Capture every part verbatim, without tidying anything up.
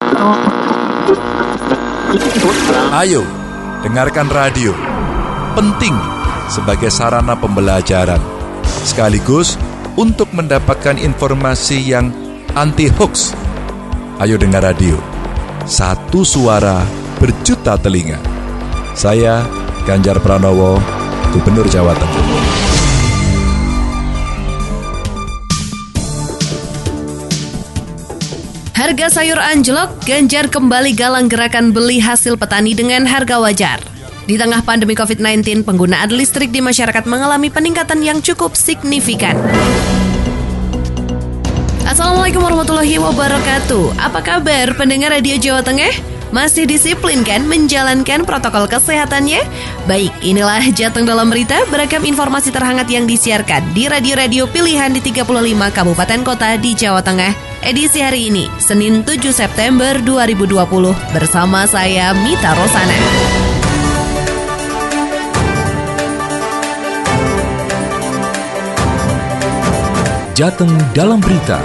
Ayo, dengarkan radio. Penting sebagai sarana pembelajaran, sekaligus untuk mendapatkan informasi yang anti-hoax. Ayo dengar radio. Satu suara berjuta telinga. Saya Ganjar Pranowo, Gubernur Jawa Tengah. Harga sayur anjlok, Ganjar kembali galang gerakan beli hasil petani dengan harga wajar. Di tengah pandemi covid sembilan belas, penggunaan listrik di masyarakat mengalami peningkatan yang cukup signifikan. Assalamualaikum warahmatullahi wabarakatuh. Apa kabar pendengar Radio Jawa Tengah? Masih disiplin kan menjalankan protokol kesehatannya? Baik, inilah Jateng Dalam Berita, beragam informasi terhangat yang disiarkan di radio-radio pilihan di tiga puluh lima kabupaten kota di Jawa Tengah. Edisi hari ini, Senin tujuh September dua ribu dua puluh, bersama saya Mita Rosana. Jateng Dalam Berita.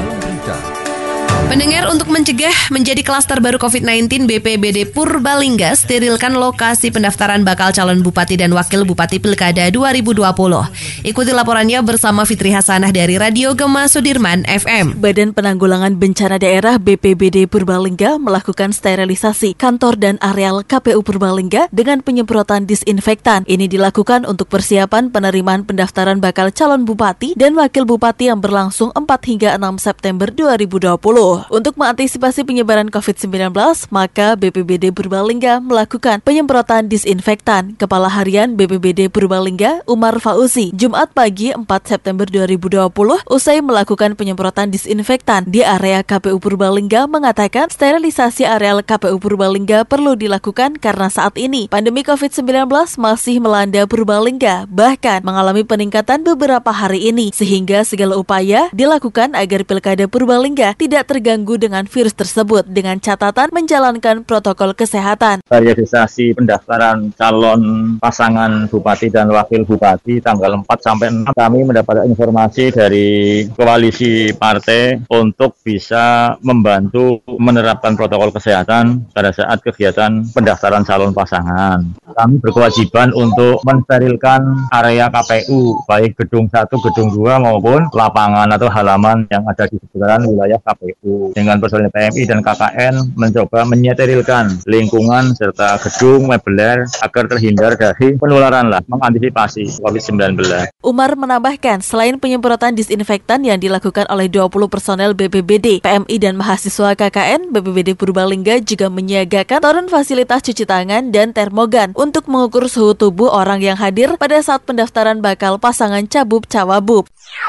Pendengar, untuk mencegah menjadi klaster baru covid sembilan belas, B P B D Purbalingga sterilkan lokasi pendaftaran bakal calon bupati dan wakil bupati Pilkada dua ribu dua puluh. Ikuti laporannya bersama Fitri Hasanah dari Radio Gema Sudirman F M. Badan Penanggulangan Bencana Daerah B P B D Purbalingga melakukan sterilisasi kantor dan areal K P U Purbalingga dengan penyemprotan disinfektan. Ini dilakukan untuk persiapan penerimaan pendaftaran bakal calon bupati dan wakil bupati yang berlangsung empat hingga enam September dua ribu dua puluh. Untuk mengantisipasi penyebaran covid sembilan belas, maka B P B D Purbalingga melakukan penyemprotan disinfektan. Kepala Harian B P B D Purbalingga, Umar Fauzi, Jumat pagi empat September dua ribu dua puluh, usai melakukan penyemprotan disinfektan di area K P U Purbalingga, mengatakan sterilisasi areal K P U Purbalingga perlu dilakukan karena saat ini pandemi covid sembilan belas masih melanda Purbalingga, bahkan mengalami peningkatan beberapa hari ini, sehingga segala upaya dilakukan agar Pilkada Purbalingga tidak terganggu ganggu dengan virus tersebut dengan catatan menjalankan protokol kesehatan. Realisasi pendaftaran calon pasangan bupati dan wakil bupati tanggal empat sampai enam, kami mendapat informasi dari koalisi partai untuk bisa membantu menerapkan protokol kesehatan pada saat kegiatan pendaftaran calon pasangan. Kami berkewajiban untuk mensterilkan area K P U, baik gedung satu, gedung dua maupun lapangan atau halaman yang ada di sekitaran wilayah K P U. Dengan personil P M I dan K K N mencoba menyeterilkan lingkungan serta gedung mebeler agar terhindar dari penularan lah, mengantisipasi covid sembilan belas. Umar menambahkan, selain penyemprotan disinfektan yang dilakukan oleh dua puluh personel B P B D, P M I dan mahasiswa K K N, B P B D Purbalingga juga menyiagakan toren fasilitas cuci tangan dan termogan untuk mengukur suhu tubuh orang yang hadir pada saat pendaftaran bakal pasangan cabub-cawabub.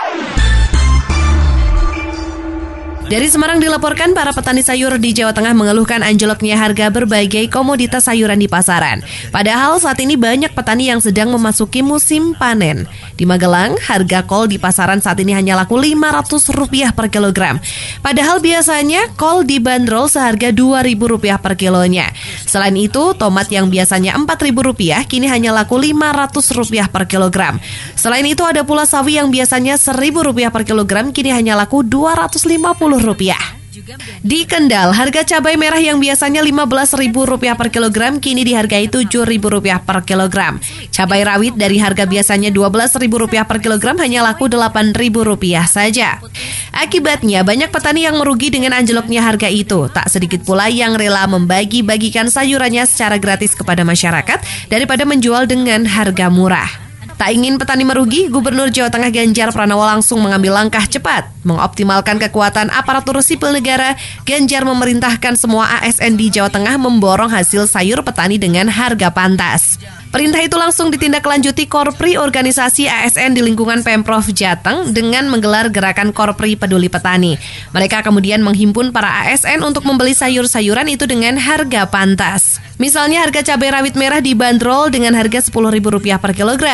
Dari Semarang dilaporkan para petani sayur di Jawa Tengah mengeluhkan anjloknya harga berbagai komoditas sayuran di pasaran. Padahal saat ini banyak petani yang sedang memasuki musim panen. Di Magelang, harga kol di pasaran saat ini hanya laku lima ratus rupiah per kilogram. Padahal biasanya kol dibanderol seharga dua ribu rupiah per kilonya. Selain itu, tomat yang biasanya empat ribu rupiah kini hanya laku lima ratus rupiah per kilogram. Selain itu ada pula sawi yang biasanya seribu rupiah per kilogram kini hanya laku dua ratus lima puluh rupiah. Di Kendal, harga cabai merah yang biasanya lima belas ribu rupiah per kilogram kini dihargai tujuh ribu rupiah per kilogram. Cabai rawit dari harga biasanya dua belas ribu rupiah per kilogram hanya laku delapan ribu rupiah saja. Akibatnya, banyak petani yang merugi dengan anjloknya harga itu. Tak sedikit pula yang rela membagi-bagikan sayurannya secara gratis kepada masyarakat daripada menjual dengan harga murah. Tak ingin petani merugi, Gubernur Jawa Tengah Ganjar Pranowo langsung mengambil langkah cepat. Mengoptimalkan kekuatan aparatur sipil negara, Ganjar memerintahkan semua A S N di Jawa Tengah memborong hasil sayur petani dengan harga pantas. Perintah itu langsung ditindaklanjuti Korpri organisasi A S N di lingkungan Pemprov Jateng dengan menggelar gerakan Korpri Peduli Petani. Mereka kemudian menghimpun para A S N untuk membeli sayur-sayuran itu dengan harga pantas. Misalnya harga cabai rawit merah dibanderol dengan harga sepuluh ribu rupiah per kilogram.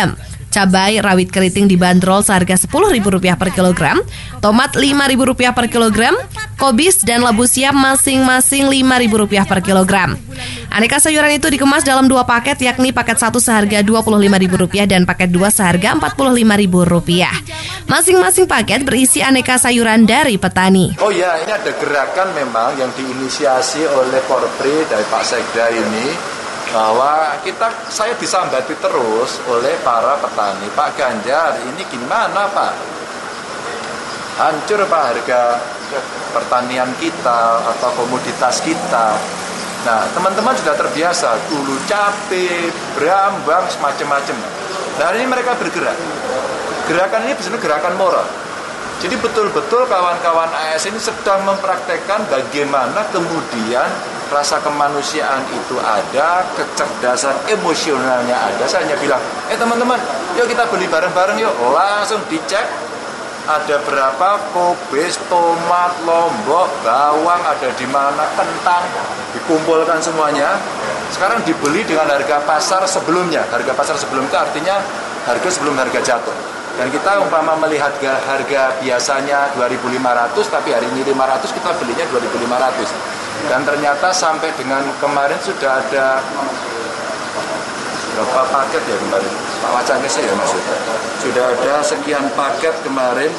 Cabai rawit keriting dibanderol seharga sepuluh ribu rupiah per kilogram, tomat lima ribu rupiah per kilogram, kobis dan labu siam masing-masing lima ribu rupiah per kilogram. Aneka sayuran itu dikemas dalam dua paket, yakni paket satu seharga dua puluh lima ribu rupiah dan paket dua seharga empat puluh lima ribu rupiah. Masing-masing paket berisi aneka sayuran dari petani. Oh ya, ini ada gerakan memang yang diinisiasi oleh Porpri dari Pak Sekda ini, bahwa kita saya disambati terus oleh para petani. Pak Ganjar, ini gimana Pak? Hancur Pak harga pertanian kita atau komoditas kita. Nah, teman-teman sudah terbiasa dulu cabai, brambang, semacam-macam. Nah, ini mereka bergerak. Gerakan ini sebenarnya gerakan moral. Jadi betul-betul kawan-kawan A S N ini sedang mempraktekkan bagaimana kemudian rasa kemanusiaan itu ada, kecerdasan emosionalnya ada. Saya hanya bilang, eh teman-teman, yuk kita beli bareng-bareng yuk. Langsung dicek, ada berapa kobis, tomat, lombok, bawang, ada di mana, kentang, dikumpulkan semuanya. Sekarang dibeli dengan harga pasar sebelumnya. Harga pasar sebelum itu artinya harga sebelum harga jatuh. Dan kita umpama melihat harga biasanya dua ribu lima ratus, tapi hari ini lima ratus, kita belinya dua ribu lima ratus. Dan ternyata sampai dengan kemarin sudah ada berapa paket ya kemarin? Pak Wacanya saya maksudnya. Sudah ada sekian paket kemarin.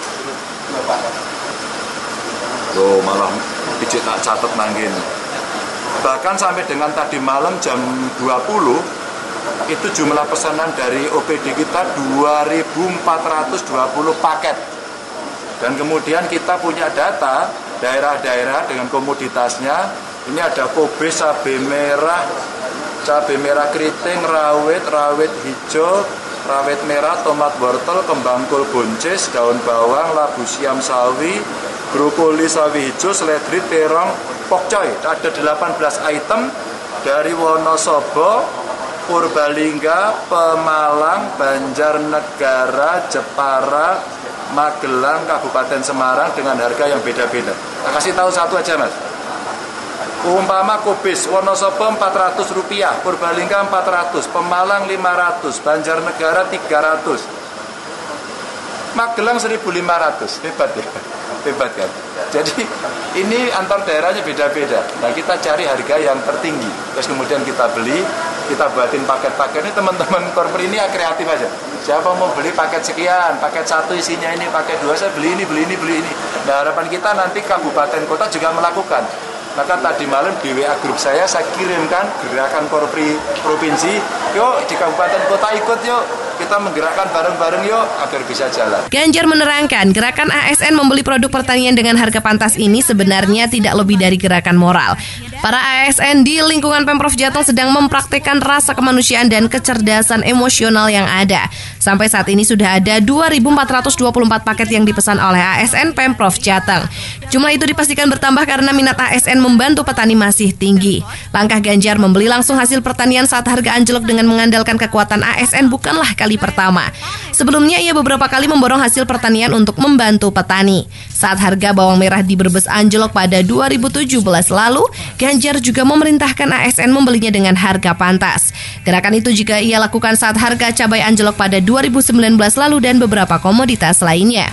Loh, malah pijit tak catat nanggin. Bahkan sampai dengan tadi malam jam dua puluh, itu jumlah pesanan dari O P D kita dua ribu empat ratus dua puluh paket. Dan kemudian kita punya data daerah-daerah dengan komoditasnya. Ini ada kobis, cabai merah, cabai merah keriting, rawit, rawit hijau, rawit merah, tomat wortel, kembang kol buncis, daun bawang, labu siam sawi, brokoli sawi hijau, seledri, terong, pokcoy. Ada delapan belas item dari Wonosobo, Purbalingga, Pemalang, Banjarnegara, Jepara, Magelang, Kabupaten Semarang dengan harga yang beda-beda. Saya kasih tahu satu aja Mas. Umpama kobis Wonosobo empat ratus rupiah, Purbalingga empat ratus, Pemalang lima ratus, Banjarnegara tiga ratus, Magelang seribu lima ratus. Hebat ya? Hebat kan? Jadi ini antar daerahnya beda-beda. Nah, kita cari harga yang tertinggi. Terus kemudian kita beli, kita buatin paket-paket. Ini teman-teman korpor ini kreatif aja. Siapa mau beli paket sekian, paket satu isinya ini, paket dua saya beli ini, beli ini, beli ini. Nah, harapan kita nanti kabupaten kota juga melakukan. Maka tadi malam di W A grup saya, saya kirimkan gerakan korpri provinsi, yuk di kabupaten kota ikut yuk, kita menggerakkan bareng-bareng yuk agar bisa jalan. Ganjar menerangkan, gerakan A S N membeli produk pertanian dengan harga pantas ini sebenarnya tidak lebih dari gerakan moral. Para A S N di lingkungan Pemprov Jateng sedang mempraktikkan rasa kemanusiaan dan kecerdasan emosional yang ada. Sampai saat ini sudah ada dua ribu empat ratus dua puluh empat paket yang dipesan oleh A S N Pemprov Jateng. Jumlah itu dipastikan bertambah karena minat A S N membantu petani masih tinggi. Langkah Ganjar membeli langsung hasil pertanian saat harga anjlok dengan mengandalkan kekuatan A S N bukanlah kali pertama. Sebelumnya ia beberapa kali memborong hasil pertanian untuk membantu petani. Saat harga bawang merah di Brebes anjlok pada dua ribu tujuh belas lalu, Ganjar juga memerintahkan A S N membelinya dengan harga pantas. Gerakan itu juga ia lakukan saat harga cabai anjlok pada dua ribu sembilan belas lalu dan beberapa komoditas lainnya.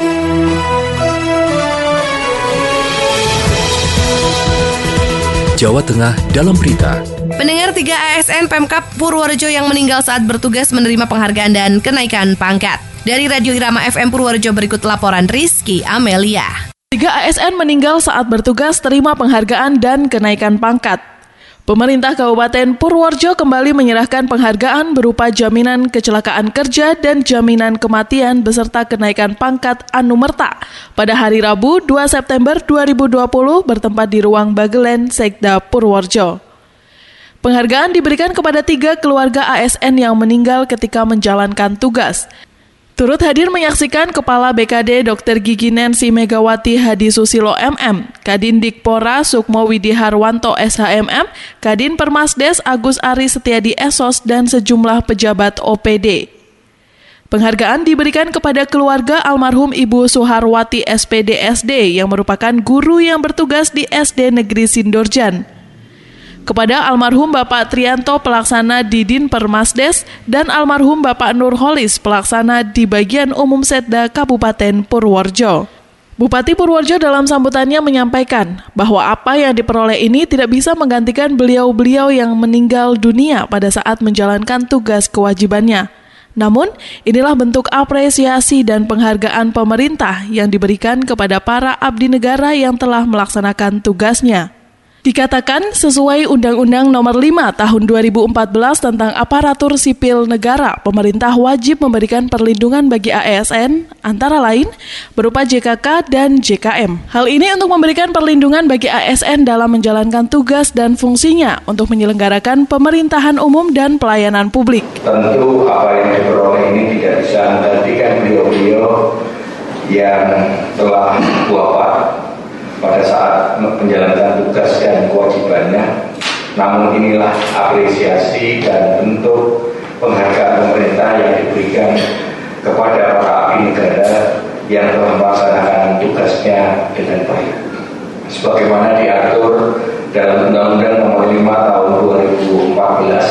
Jawa Tengah dalam berita. Pendengar, tiga A S N Pemkab Purworejo yang meninggal saat bertugas menerima penghargaan dan kenaikan pangkat. Dari Radio Irama F M Purworejo berikut laporan Rizky Amelia. Tiga A S N meninggal saat bertugas terima penghargaan dan kenaikan pangkat. Pemerintah Kabupaten Purworejo kembali menyerahkan penghargaan berupa jaminan kecelakaan kerja dan jaminan kematian beserta kenaikan pangkat anumerta pada hari Rabu dua September dua ribu dua puluh bertempat di Ruang Bagelen Sekda Purworejo. Penghargaan diberikan kepada tiga keluarga A S N yang meninggal ketika menjalankan tugas. Turut hadir menyaksikan Kepala B K D Dokter Gigi Nancy Megawati Hadi Susilo M M, Kadin Dikpora Sukmo Widi Harwanto S H M M, Kadin Permasdes Agus Ari Setiadi S O S, dan sejumlah pejabat O P D. Penghargaan diberikan kepada keluarga almarhum Ibu Suharwati S P D S D yang merupakan guru yang bertugas di S D Negeri Sindorjan. kepada almarhum Bapak Trianto pelaksana di Dinpermasdes dan almarhum Bapak Nurholis pelaksana di bagian umum Setda Kabupaten Purworejo. Bupati Purworejo dalam sambutannya menyampaikan bahwa apa yang diperoleh ini tidak bisa menggantikan beliau-beliau yang meninggal dunia pada saat menjalankan tugas kewajibannya. Namun, inilah bentuk apresiasi dan penghargaan pemerintah yang diberikan kepada para abdi negara yang telah melaksanakan tugasnya. Dikatakan sesuai Undang-Undang Nomor lima Tahun dua ribu empat belas tentang Aparatur Sipil Negara, pemerintah wajib memberikan perlindungan bagi A S N, antara lain berupa J K K dan J K M. Hal ini untuk memberikan perlindungan bagi A S N dalam menjalankan tugas dan fungsinya untuk menyelenggarakan pemerintahan umum dan pelayanan publik. Tentu apa yang diperoleh ini tidak bisa menggantikan beliau-beliau yang telah wafat pada saat menjalankan tugas dan kewajibannya. Namun inilah apresiasi dan bentuk penghargaan pemerintah yang diberikan kepada para abdi negara yang telah melaksanakan tugasnya dengan baik. Sebagaimana diatur dalam Undang-Undang Nomor lima Tahun dua ribu empat belas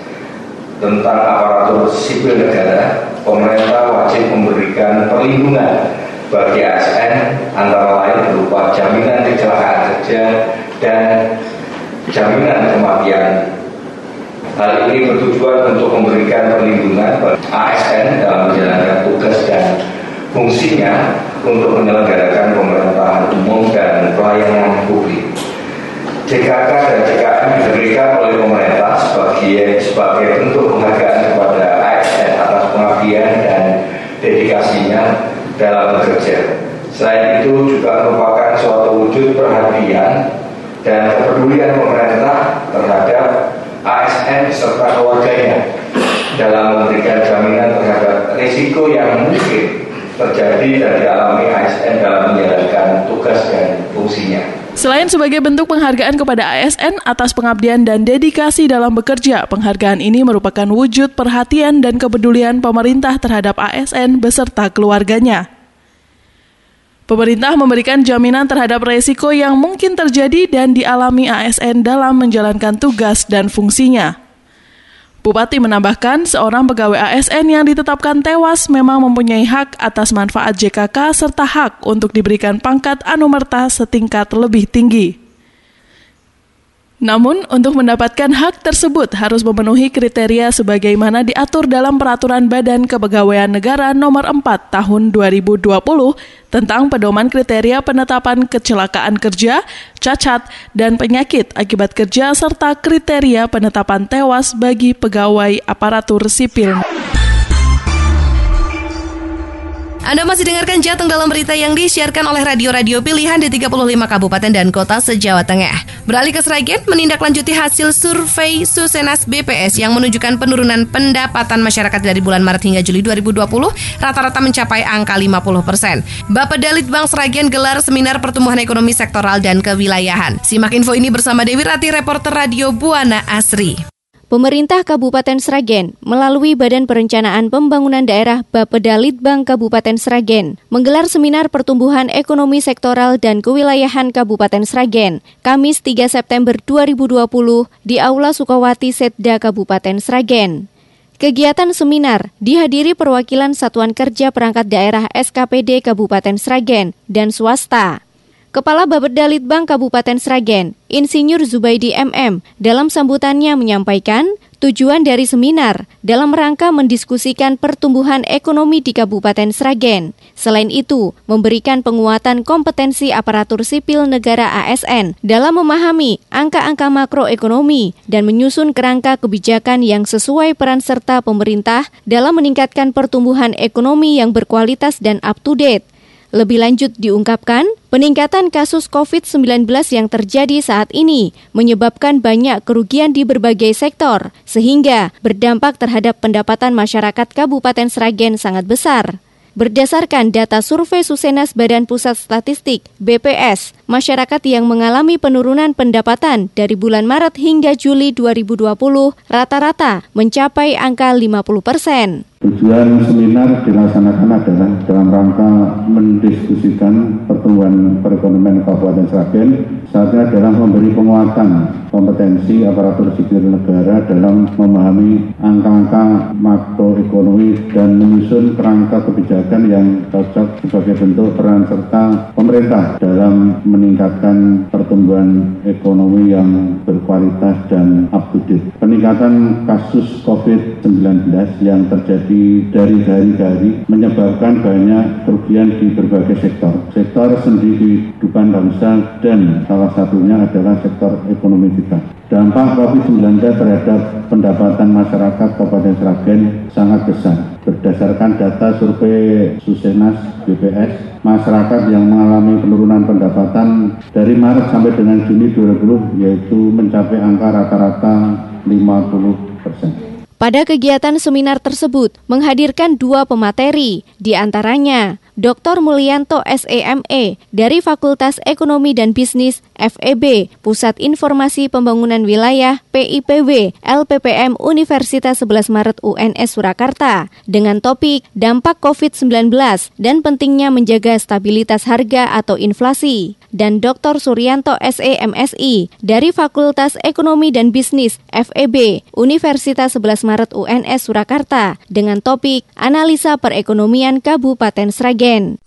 tentang Aparatur Sipil Negara, pemerintah wajib memberikan perlindungan bagi A S N antara lain berupa jaminan kecelakaan kerja dan jaminan kematian. Hal ini bertujuan untuk memberikan perlindungan bagi A S N dalam menjalankan tugas dan fungsinya untuk menyelenggarakan pemerintahan umum dan pelayanan publik. J K K dan J K M diberikan oleh pemerintah sebagai sebagai bentuk penghargaan kepada A S N atas pengabdian dan dedikasinya dalam bekerja. Selain itu juga merupakan suatu wujud perhatian dan kepedulian pemerintah terhadap A S N serta keluarganya dalam memberikan jaminan terhadap risiko yang mungkin terjadi dan dialami A S N dalam menjalankan tugas dan fungsinya. Selain sebagai bentuk penghargaan kepada A S N atas pengabdian dan dedikasi dalam bekerja, penghargaan ini merupakan wujud perhatian dan kepedulian pemerintah terhadap A S N beserta keluarganya. Pemerintah memberikan jaminan terhadap resiko yang mungkin terjadi dan dialami A S N dalam menjalankan tugas dan fungsinya. Bupati menambahkan, seorang pegawai A S N yang ditetapkan tewas memang mempunyai hak atas manfaat J K K serta hak untuk diberikan pangkat anumerta setingkat lebih tinggi. Namun, untuk mendapatkan hak tersebut harus memenuhi kriteria sebagaimana diatur dalam Peraturan Badan Kepegawaian Negara Nomor empat Tahun dua ribu dua puluh tentang pedoman kriteria penetapan kecelakaan kerja, cacat, dan penyakit akibat kerja serta kriteria penetapan tewas bagi pegawai aparatur sipil. Anda masih dengarkan Jateng dalam berita yang disiarkan oleh radio-radio pilihan di tiga puluh lima kabupaten dan kota se-Jawa Tengah. Beralih ke Sragen, menindaklanjuti hasil survei Susenas B P S yang menunjukkan penurunan pendapatan masyarakat dari bulan Maret hingga Juli dua ribu dua puluh rata-rata mencapai angka lima puluh persen. Bapedalitbang Sragen gelar seminar pertumbuhan ekonomi sektoral dan kewilayahan. Simak info ini bersama Dewi Rati, reporter Radio Buana Asri. Pemerintah Kabupaten Sragen melalui Badan Perencanaan Pembangunan Daerah Bapedalitbang Kabupaten Sragen menggelar seminar pertumbuhan ekonomi sektoral dan kewilayahan Kabupaten Sragen Kamis tiga September dua ribu dua puluh di Aula Sukawati Setda Kabupaten Sragen. Kegiatan seminar dihadiri perwakilan Satuan Kerja Perangkat Daerah S K P D Kabupaten Sragen dan swasta. Kepala Bapedalitbang Kabupaten Sragen, Insinyur Zubaidi M M, dalam sambutannya menyampaikan tujuan dari seminar dalam rangka mendiskusikan pertumbuhan ekonomi di Kabupaten Sragen. Selain itu, memberikan penguatan kompetensi aparatur sipil negara A S N dalam memahami angka-angka makroekonomi dan menyusun kerangka kebijakan yang sesuai peran serta pemerintah dalam meningkatkan pertumbuhan ekonomi yang berkualitas dan up-to-date. Lebih lanjut diungkapkan, peningkatan kasus covid sembilan belas yang terjadi saat ini menyebabkan banyak kerugian di berbagai sektor, sehingga berdampak terhadap pendapatan masyarakat Kabupaten Sragen sangat besar. Berdasarkan data survei Susenas Badan Pusat Statistik B P S masyarakat yang mengalami penurunan pendapatan dari bulan Maret hingga Juli dua ribu dua puluh rata-rata mencapai angka lima puluh persen. Tujuan seminar dilaksanakan adalah dalam rangka mendiskusikan pertumbuhan perekonomian Kabupaten Sragen. Saatnya adalah memberi penguatan kompetensi aparatur sipil negara dalam memahami angka-angka makroekonomi dan menyusun kerangka kebijakan yang cocok sebagai bentuk peran serta pemerintah dalam meningkatkan pertumbuhan ekonomi yang berkualitas dan up-to-date. Peningkatan kasus covid sembilan belas yang terjadi dari hari ke hari menyebabkan banyak kerugian di berbagai sektor. Sektor sendi kehidupan bangsa dan salah satunya adalah sektor ekonomi kita. Dampak covid sembilan belas terhadap pendapatan masyarakat Kabupaten Sragen sangat besar. Berdasarkan data survei Susenas B P S, masyarakat yang mengalami penurunan pendapatan dari Maret sampai dengan Juni dua ribu dua puluh yaitu mencapai angka rata-rata lima puluh persen. Pada kegiatan seminar tersebut menghadirkan dua pemateri, di antaranya Doktor Mulyanto S E M E dari Fakultas Ekonomi dan Bisnis F E B, Pusat Informasi Pembangunan Wilayah P I P W L P P M Universitas sebelas Maret U N S Surakarta dengan topik dampak covid sembilan belas dan pentingnya menjaga stabilitas harga atau inflasi. Dan Doktor Suryanto S E M S I dari Fakultas Ekonomi dan Bisnis F E B Universitas sebelas Maret U N S Surakarta dengan topik Analisa Perekonomian Kabupaten Sragen.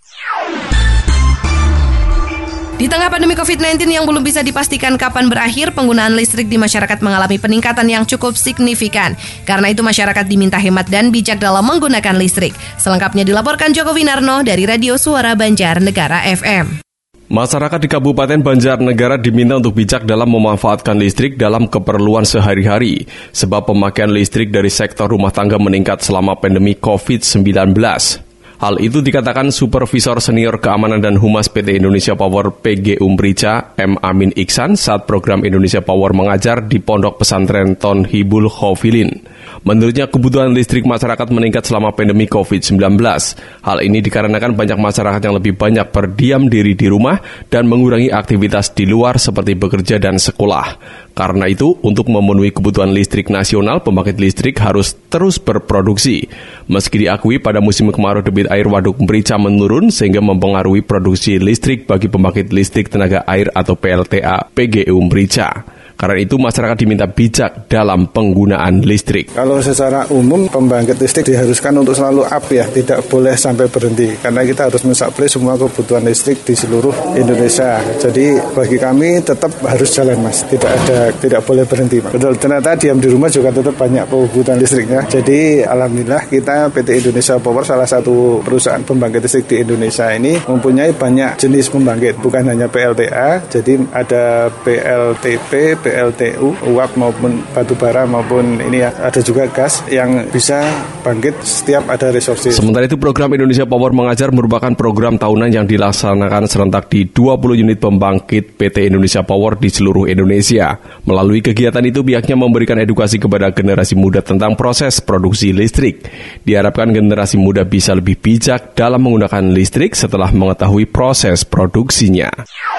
Di tengah pandemi covid sembilan belas yang belum bisa dipastikan kapan berakhir, penggunaan listrik di masyarakat mengalami peningkatan yang cukup signifikan. Karena itu masyarakat diminta hemat dan bijak dalam menggunakan listrik. Selengkapnya dilaporkan Joko Winarno dari Radio Suara Banjarnegara F M. Masyarakat di Kabupaten Banjarnegara diminta untuk bijak dalam memanfaatkan listrik dalam keperluan sehari-hari, sebab pemakaian listrik dari sektor rumah tangga meningkat selama pandemi covid sembilan belas. Hal itu dikatakan Supervisor Senior Keamanan dan Humas P T Indonesia Power P G Umbrica M. Amin Iksan saat program Indonesia Power mengajar di Pondok Pesantren Tonhibul Khofilin. Menurutnya kebutuhan listrik masyarakat meningkat selama pandemi covid sembilan belas. Hal ini dikarenakan banyak masyarakat yang lebih banyak berdiam diri di rumah dan mengurangi aktivitas di luar seperti bekerja dan sekolah. Karena itu, untuk memenuhi kebutuhan listrik nasional, pembangkit listrik harus terus berproduksi. Meski diakui pada musim kemarau debit air Waduk Merica menurun sehingga mempengaruhi produksi listrik bagi pembangkit listrik tenaga air atau P L T A P G U Merica. Karena itu masyarakat diminta bijak dalam penggunaan listrik. Kalau secara umum pembangkit listrik diharuskan untuk selalu up ya, tidak boleh sampai berhenti. Karena kita harus mensuplai semua kebutuhan listrik di seluruh Indonesia. Jadi bagi kami tetap harus jalan mas, tidak ada tidak boleh berhenti. Mas. Betul, ternyata diam di rumah juga tetap banyak kebutuhan listriknya. Jadi alhamdulillah kita P T Indonesia Power salah satu perusahaan pembangkit listrik di Indonesia ini mempunyai banyak jenis pembangkit, bukan hanya P L T A. Jadi ada P L T P, P L T U, uap maupun batubara maupun ini ya, ada juga gas yang bisa bangkit setiap ada resources. Sementara itu program Indonesia Power Mengajar merupakan program tahunan yang dilaksanakan serentak di dua puluh unit pembangkit P T Indonesia Power di seluruh Indonesia. Melalui kegiatan itu pihaknya memberikan edukasi kepada generasi muda tentang proses produksi listrik. Diharapkan generasi muda bisa lebih bijak dalam menggunakan listrik setelah mengetahui proses produksinya.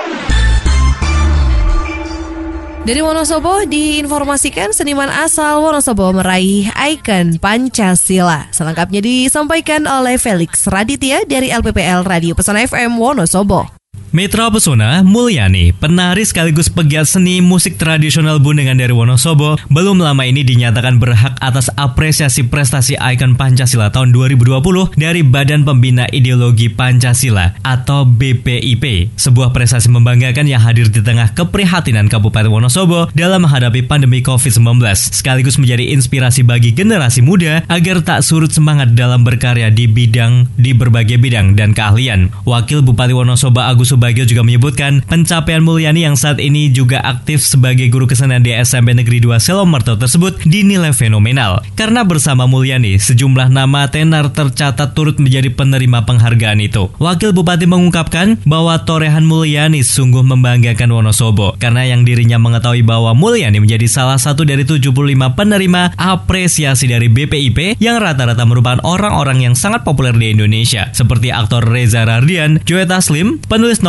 Dari Wonosobo diinformasikan seniman asal Wonosobo meraih ikon Pancasila. Selengkapnya disampaikan oleh Felix Raditya dari L P P L Radio Pesona F M Wonosobo. Mitra Pesona Mulyani, penari sekaligus pegiat seni musik tradisional Bundengan dari Wonosobo, belum lama ini dinyatakan berhak atas apresiasi prestasi ikon Pancasila tahun dua ribu dua puluh dari Badan Pembina Ideologi Pancasila atau B P I P. Sebuah prestasi membanggakan yang hadir di tengah keprihatinan Kabupaten Wonosobo dalam menghadapi pandemi covid sembilan belas, sekaligus menjadi inspirasi bagi generasi muda agar tak surut semangat dalam berkarya di bidang di berbagai bidang dan keahlian. Wakil Bupati Wonosobo Agus Subagio juga menyebutkan pencapaian Mulyani yang saat ini juga aktif sebagai guru kesenian di S M P Negeri dua Selomerto tersebut dinilai fenomenal. Karena bersama Mulyani, sejumlah nama tenar tercatat turut menjadi penerima penghargaan itu. Wakil Bupati mengungkapkan bahwa torehan Mulyani sungguh membanggakan Wonosobo karena yang dirinya mengetahui bahwa Mulyani menjadi salah satu dari tujuh puluh lima penerima apresiasi dari B P I P yang rata-rata merupakan orang-orang yang sangat populer di Indonesia seperti aktor Reza Rardian, Joe Taslim, penulis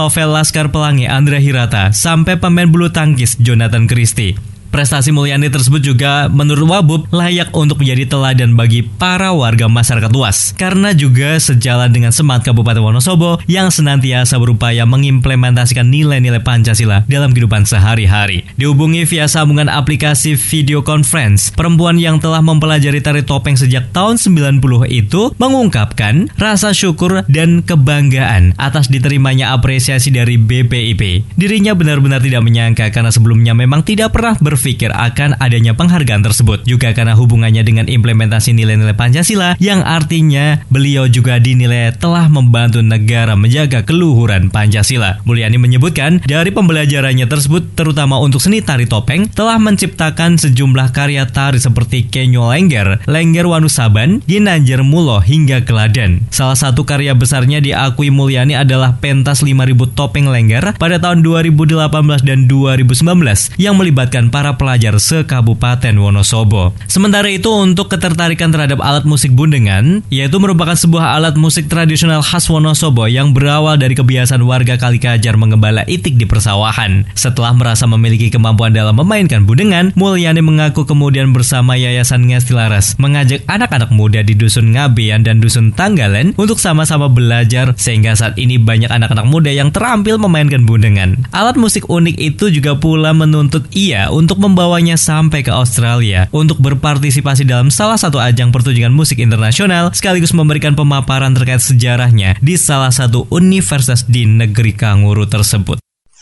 novel Laskar Pelangi Andra Hirata sampai pemain bulu tangkis Jonathan Christie. Prestasi Mulyani tersebut juga menurut Wabub layak untuk menjadi teladan bagi para warga masyarakat luas. Karena juga sejalan dengan semangat Kabupaten Wonosobo yang senantiasa berupaya mengimplementasikan nilai-nilai Pancasila dalam kehidupan sehari-hari. Dihubungi via sambungan aplikasi video conference, perempuan yang telah mempelajari tari topeng sejak tahun sembilan puluh itu mengungkapkan rasa syukur dan kebanggaan atas diterimanya apresiasi dari B P I P. Dirinya benar-benar tidak menyangka karena sebelumnya memang tidak pernah berpikir berpikir akan adanya penghargaan tersebut. Juga karena hubungannya dengan implementasi nilai-nilai Pancasila yang artinya beliau juga dinilai telah membantu negara menjaga keluhuran Pancasila. Mulyani menyebutkan dari pembelajarannya tersebut terutama untuk seni tari topeng telah menciptakan sejumlah karya tari seperti Kenyo Lengger, Lengger Wanusaban, Ginanjar Mulo hingga Keladen. Salah satu karya besarnya diakui Mulyani adalah pentas lima ribu topeng Lengger pada tahun dua ribu delapan belas dan dua ribu sembilan belas yang melibatkan para pelajar se-Kabupaten Wonosobo. Sementara itu untuk ketertarikan terhadap alat musik bundengan, yaitu merupakan sebuah alat musik tradisional khas Wonosobo yang berawal dari kebiasaan warga Kalikajar mengembala itik di persawahan. Setelah merasa memiliki kemampuan dalam memainkan bundengan, Mulyani mengaku kemudian bersama Yayasan Ngesti Laras mengajak anak-anak muda di Dusun Ngabean dan Dusun Tanggalen untuk sama-sama belajar sehingga saat ini banyak anak-anak muda yang terampil memainkan bundengan. Alat musik unik itu juga pula menuntut ia untuk membawanya sampai ke Australia untuk berpartisipasi dalam salah satu ajang pertunjukan musik internasional sekaligus memberikan pemaparan terkait sejarahnya di salah satu universitas di negeri Kanguru tersebut.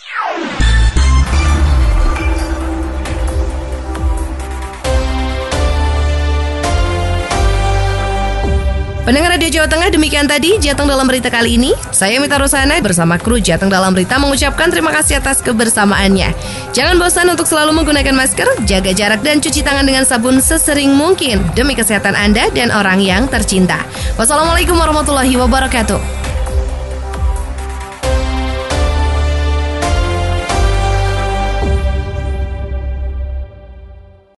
Pendengar Radio Jawa Tengah, demikian tadi Jateng Dalam Berita kali ini. Saya Mita Rosana bersama kru Jateng Dalam Berita mengucapkan terima kasih atas kebersamaannya. Jangan bosan untuk selalu menggunakan masker, jaga jarak dan cuci tangan dengan sabun sesering mungkin demi kesehatan Anda dan orang yang tercinta. Wassalamualaikum warahmatullahi wabarakatuh.